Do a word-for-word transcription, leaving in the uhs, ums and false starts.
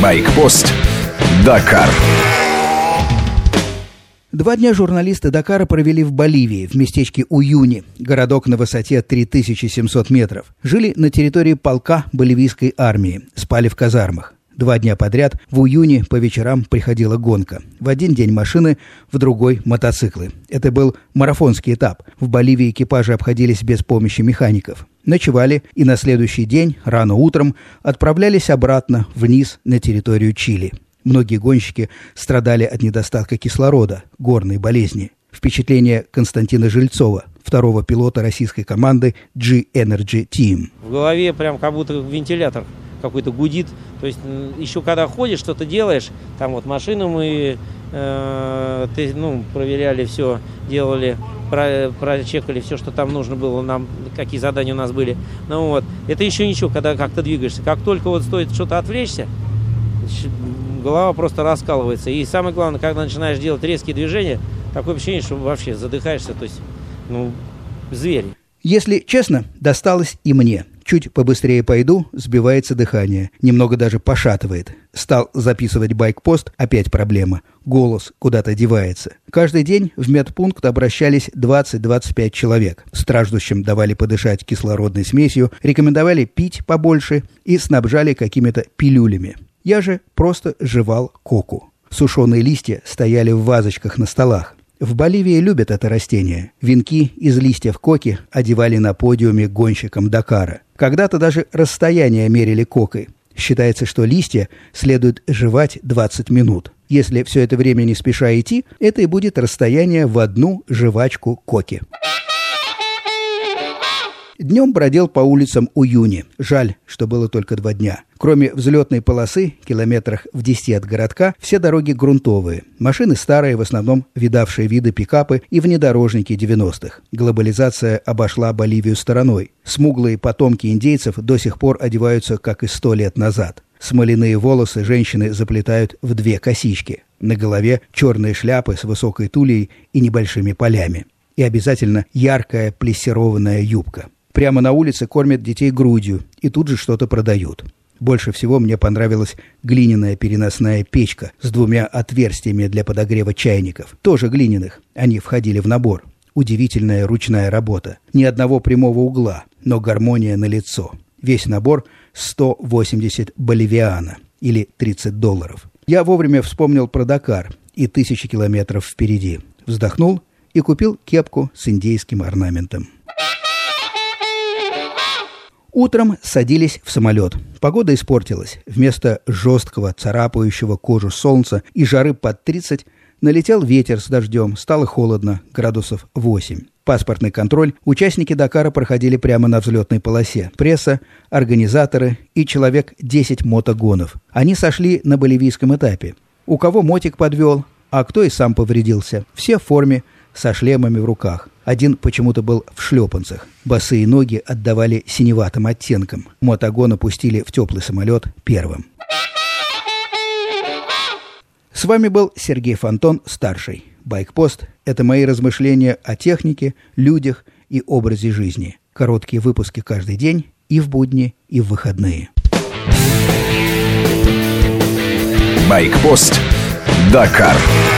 Байкпост. Дакар. Два дня журналисты Дакара провели в Боливии, в местечке Уюни, городок на высоте три тысячи семьсот метров. Жили на территории полка боливийской армии, спали в казармах. Два дня подряд в Уюни по вечерам приходила гонка. В один день машины, в другой – мотоциклы. Это был марафонский этап. В Боливии экипажи обходились без помощи механиков. Ночевали и на следующий день, рано утром, отправлялись обратно, вниз, на территорию Чили. Многие гонщики страдали от недостатка кислорода, горной болезни. Впечатление Константина Жильцова, второго пилота российской команды G-Energy Team. В голове прям как будто вентилятор какой-то гудит. То есть еще когда ходишь, что-то делаешь, там вот машину мы э, ты, ну, проверяли все, делали, про, прочекали все, что там нужно было нам, какие задания у нас были. Ну вот, это еще ничего, когда как-то двигаешься. Как только вот стоит что-то отвлечься, голова просто раскалывается. И самое главное, когда начинаешь делать резкие движения, такое ощущение, что вообще задыхаешься, то есть, ну, зверь. Если честно, досталось и мне. Чуть побыстрее пойду, сбивается дыхание, немного даже пошатывает. Стал записывать байкпост, опять проблема. Голос куда-то девается. Каждый день в медпункт обращались двадцать-двадцать пять человек. Страждущим давали подышать кислородной смесью, рекомендовали пить побольше и снабжали какими-то пилюлями. Я же просто жевал коку. Сушеные листья стояли в вазочках на столах. В Боливии любят это растение. Венки из листьев коки одевали на подиуме гонщикам Дакара. Когда-то даже расстояние мерили кокой. Считается, что листья следует жевать двадцать минут. Если все это время не спеша идти, это и будет расстояние в одну жвачку коки. Днем бродил по улицам Уюни. Жаль, что было только два дня. Кроме взлетной полосы, километрах в десяти от городка, все дороги грунтовые. Машины старые, в основном видавшие виды пикапы и внедорожники девяностых. Глобализация обошла Боливию стороной. Смуглые потомки индейцев до сих пор одеваются, как и сто лет назад. Смоляные волосы женщины заплетают в две косички. На голове черные шляпы с высокой тульей и небольшими полями. И обязательно яркая плессированная юбка. Прямо на улице кормят детей грудью и тут же что-то продают. Больше всего мне понравилась глиняная переносная печка с двумя отверстиями для подогрева чайников. Тоже глиняных. Они входили в набор. Удивительная ручная работа. Ни одного прямого угла, но гармония налицо. Весь набор сто восемьдесят боливиано или тридцать долларов. Я вовремя вспомнил про Дакар и тысячи километров впереди. Вздохнул и купил кепку с индейским орнаментом. Утром садились в самолет. Погода испортилась. Вместо жесткого, царапающего кожу солнца и жары под тридцать налетел ветер с дождем. Стало холодно, градусов восемь. Паспортный контроль участники Дакара проходили прямо на взлетной полосе. Пресса, организаторы и человек десять мотогонов. Они сошли на боливийском этапе. У кого мотик подвел, а кто и сам повредился. Все в форме, со шлемами в руках. Один почему-то был в шлепанцах. Босые ноги отдавали синеватым оттенкам. Мотогона пустили в теплый самолет первым. С вами был Сергей Фонтон, старший. Байкпост – это мои размышления о технике, людях и образе жизни. Короткие выпуски каждый день и в будни, и в выходные. Байкпост. Дакар.